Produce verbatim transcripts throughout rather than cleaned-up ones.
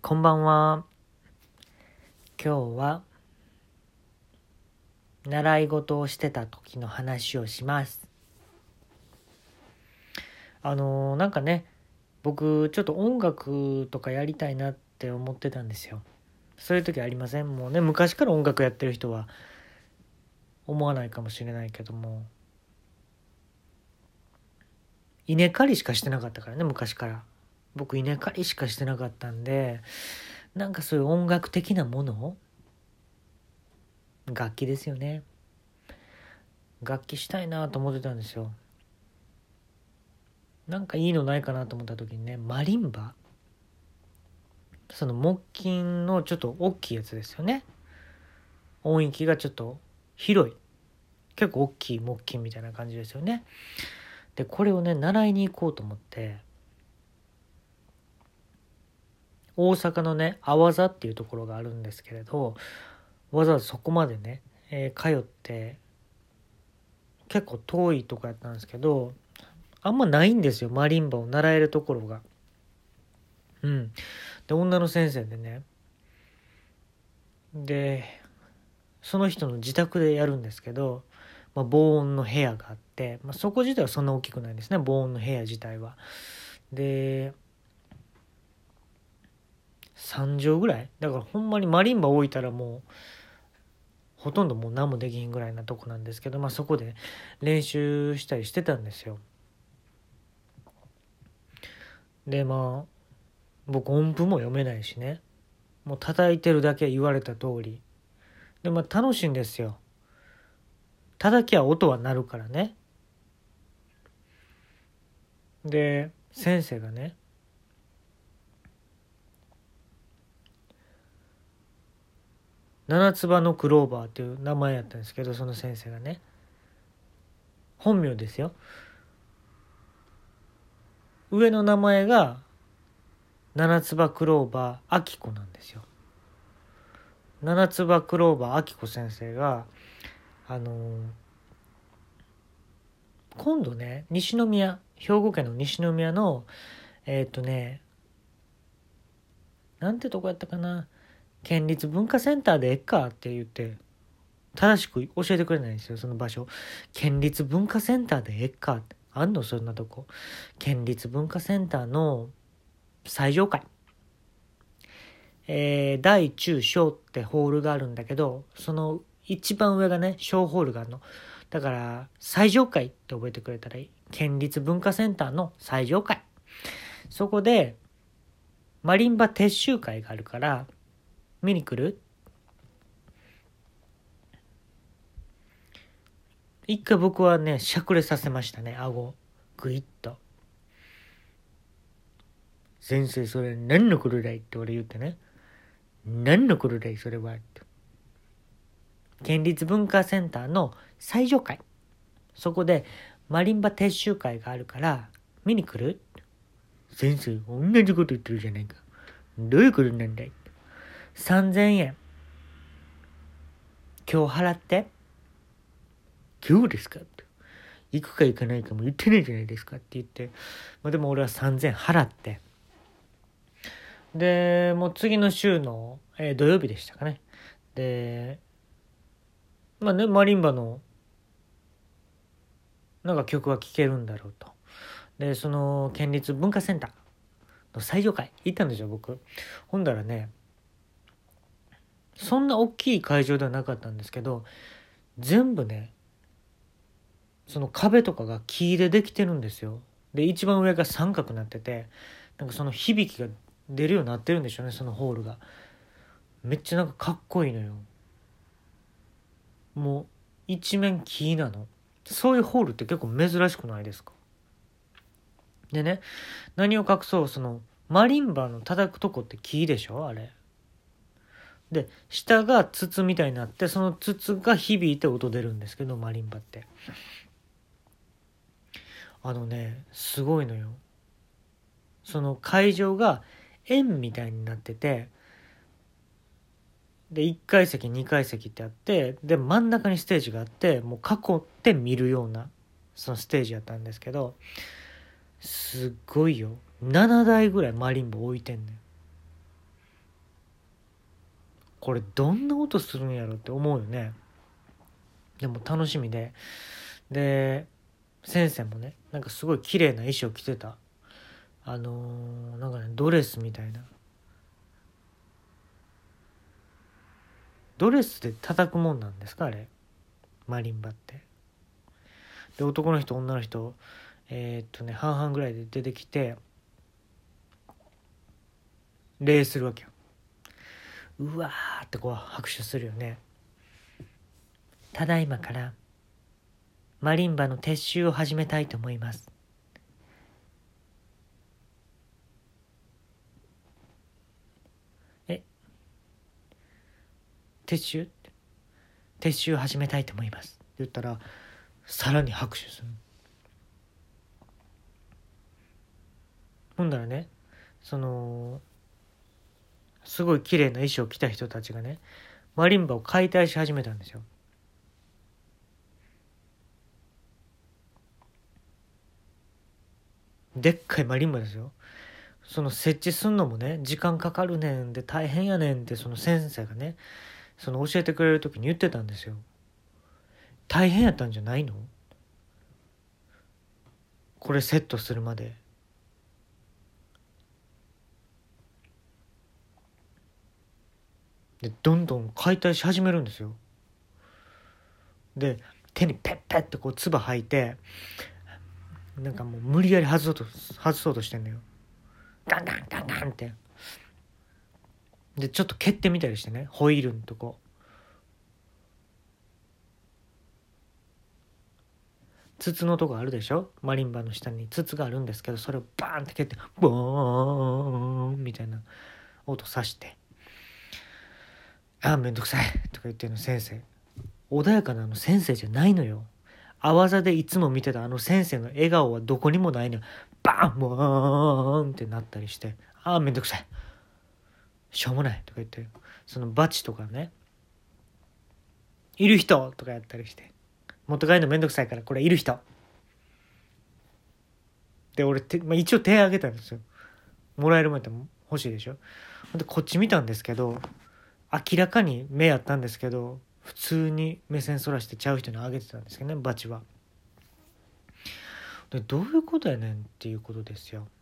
こんばんは。今日は習い事をしてた時の話をします。あのー、なんかね、僕ちょっと音楽とかやりたいなって思ってたんですよ。そういう時ありません？もうね、昔から音楽やってる人は思わないかもしれないけども、稲刈りしかしてなかったからね、昔から。僕稲刈りしかしてなかったんで、なんかそういう音楽的なもの、楽器ですよね。楽器したいなと思ってたんですよ。なんかいいのないかなと思った時にね、マリンバ、その木琴のちょっと大きいやつですよね。音域がちょっと広い、結構大きい木琴みたいな感じですよね。でこれをね習いに行こうと思って、大阪のね阿波座っていうところがあるんですけれど、わざわざそこまでね、えー、通って、結構遠いとこやったんですけど、あんまないんですよ、マリンバを習えるところが。うんで女の先生でね、でその人の自宅でやるんですけど、まあ、防音の部屋があって、まあ、そこ自体はそんな大きくないですね、防音の部屋自体は。でさん畳ぐらいだから、ほんまにマリンバ置いたらもうほとんどもう何もできひんぐらいなとこなんですけど、まあ、そこで練習したりしてたんですよ。でまあ僕音符も読めないしね、もう叩いてるだけ言われた通りで、まあ楽しいんですよ。叩きは音は鳴るからね。で先生がね、七つ葉のクローバーっていう名前やったんですけど、その先生がね、本名ですよ。上の名前が七つ葉クローバーあきこなんですよ。七つ葉クローバーあきこ先生があのー、今度ね西宮、兵庫県の西宮のえー、っとねなんてとこやったかな、県立文化センターでえっかって言って正しく教えてくれないんですよ、その場所。県立文化センターでえっかって、あんのそんなとこ。県立文化センターの最上階、えー、大中小ってホールがあるんだけど、その一番上がね小ホールがあるの。だから最上階って覚えてくれたらいい。県立文化センターの最上階、そこでマリンバ撤収会があるから見に来る？一回僕はねしゃくれさせましたね、顎グイッと。先生それ何のことだいって俺言ってね、何のことだいそれはって。県立文化センターの最上階、そこでマリンバ撤収会があるから見に来る？先生同じこと言ってるじゃないか、どういうことなんだい？さんぜんえん今日払って。今日ですかって、行くか行かないかも言ってないじゃないですかって言って、まあ、でも俺はさんぜんえん払って、でもう次の週の、えー、土曜日でしたかね。でまあねマリンバのなんか曲は聴けるんだろうと。でその県立文化センターの最上階行ったんですよ僕。ほんだらね、そんな大きい会場ではなかったんですけど、全部ねその壁とかが木でできてるんですよ。で一番上が三角になってて、なんかその響きが出るようになってるんでしょうね、そのホールが。めっちゃなんかかっこいいのよ。もう一面木なの。そういうホールって結構珍しくないですか？でね、何を隠そう、そのマリンバの叩くとこって木でしょあれ。で下が筒みたいになって、その筒が響いて音出るんですけど、マリンバってあのねすごいのよ。その会場が円みたいになってて、でいっかい席にかい席ってあって、で真ん中にステージがあって、もう囲って見るようなそのステージやったんですけど、すっごいよ、ななだいぐらいマリンバ置いてんねん。 これどんな音するんやろって思うよね。でも楽しみで、で先生もねなんかすごい綺麗な衣装着てた。あのー、なんかねドレスみたいな、ドレスで叩くもんなんですかあれ、マリンバって。で男の人女の人えー、っとね半々ぐらいで出てきて礼するわけよ。うわーってこう拍手するよね。ただいまからマリンバの撤収を始めたいと思います。え撤収撤収を始めたいと思いますって言ったらさらに拍手する。ほんだらねそのすごい綺麗な衣装を着た人たちがねマリンバを解体し始めたんですよ。でっかいマリンバですよ。その設置すんのもね時間かかるねんで大変やねんってその先生がねその教えてくれる時に言ってたんですよ。大変やったんじゃないのこれセットするまで。でどんどん解体し始めるんですよ。で手にペッペッってこう唾吐いてなんかもう無理やり外そうと外そうとしてんのよ。ガンガンガンガンって。でちょっと蹴ってみたりしてねホイールのとこ筒のとこあるでしょ、マリンバの下に筒があるんですけどそれをバーンって蹴ってボーンみたいな音さしてあーめんどくさいとか言ってるの先生。穏やかなあの先生じゃないのよ。あわざでいつも見てたあの先生の笑顔はどこにもないのよ。バーンボーンってなったりしてあーめんどくさいしょうもないとか言ってそのバチとかねいる人とかやったりして持って帰るのめんどくさいからこれいる人で俺て、まあ、一応手挙げたんですよ。もらえる前って欲しいでしょ。でこっち見たんですけど明らかに目やったんですけど普通に目線そらしてちゃう人にあげてたんですけどねバチは。でどういうことやねんっていうことですよ。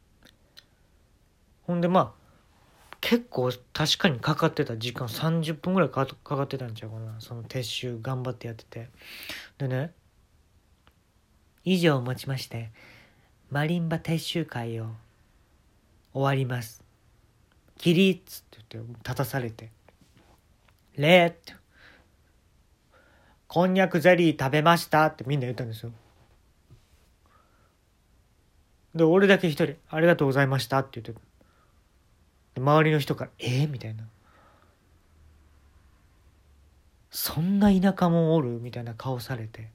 ほんでまあ結構確かにかかってた時間さんじゅっぷんぐらいかかかってたんちゃうかなその撤収頑張ってやってて。でね以上をもちましてマリンバ撤収会を終わります。起立って言って立たされて礼ってこんにゃくゼリー食べましたってみんな言ったんですよ。で俺だけ一人ありがとうございましたって言ってで周りの人からえー、みたいなそんな田舎もおるみたいな顔されて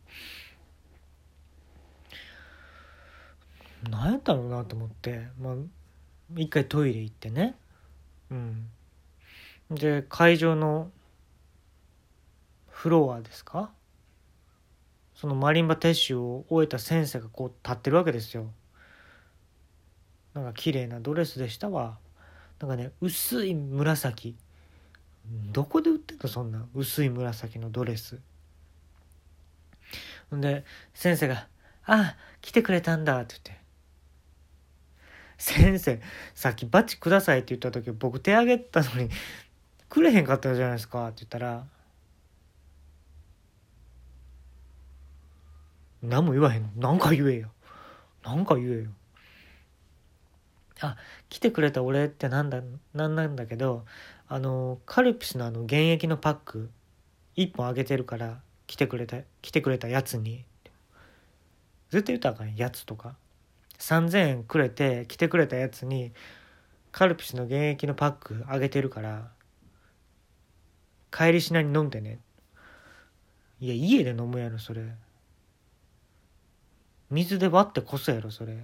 何やったのなと思ってまあ一回トイレ行ってねうんで会場のフロアですかそのマリンバ撤収を終えた先生がこう立ってるわけですよ。なんか綺麗なドレスでしたわ。なんかね薄い紫どこで売ってんのそんな薄い紫のドレスで先生が「あ来てくれたんだ」って言って「先生さっきバッジください」って言った時僕手挙げたのにくれへんかったじゃないですかって言ったら何も言わへん。なんか言えよなんか言えよ。あ来てくれた俺ってなんだなんなんだけどあのカルピスのあの原液のパックいっぽんあげてるから来てくれた来てくれたやつに絶対言ったらあかんやつとかさんぜんえんくれて来てくれたやつにカルピスの原液のパックあげてるから帰りしなに飲んでね。いや家で飲むやろそれ。水で割ってこそやろそれ。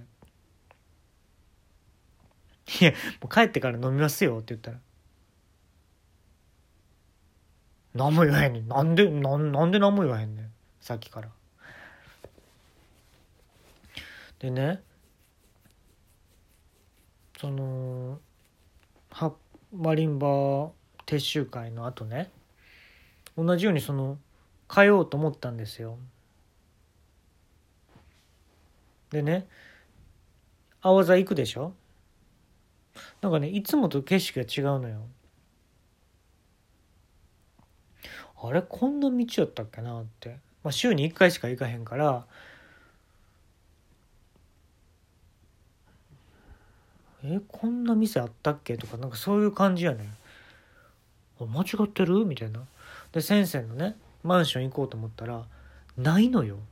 いやもう帰ってから飲みますよって言ったら何も言わへんねん。なんでなんなんで何も言わへんねんさっきから。でねそのはマリンバ撤収会の後ね、同じようにその変えようと思ったんですよ。でね、阿波座行くでしょ。なんかね、いつもと景色が違うのよ。あれ、こんな道やったっけなって。まあ、週にいっかいしか行かへんから、え、こんな店あったっけとか、なんかそういう感じやねん。間違ってるみたいな。で、先生のね、マンション行こうと思ったら、ないのよ。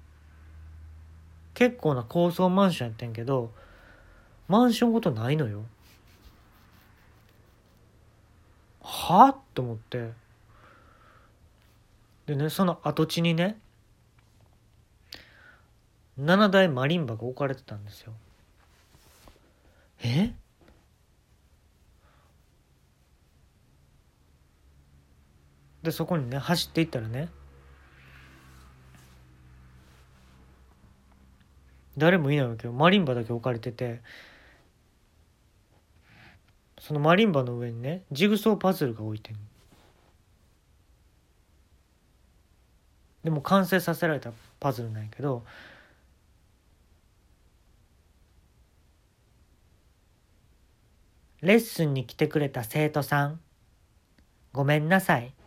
結構な高層マンションやってんけど、マンションごとないのよ。はぁと思って。でね、その跡地にね、ななだいマリンバが置かれてたんですよ。えで、そこにね、走っていったらね、誰もいないわけよ。マリンバだけ置かれてて、そのマリンバの上にね、ジグソーパズルが置いてんの。でも完成させられたパズルなんやけど、レッスンに来てくれた生徒さん、ごめんなさい。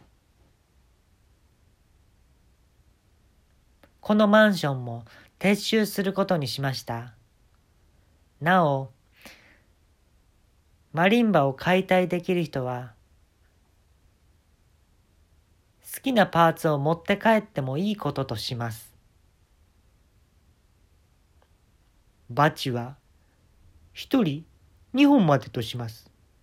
このマンションも撤収することにしました。なお、マリンバを解体できる人は、好きなパーツを持って帰ってもいいこととします。バチは、一人二本までとします。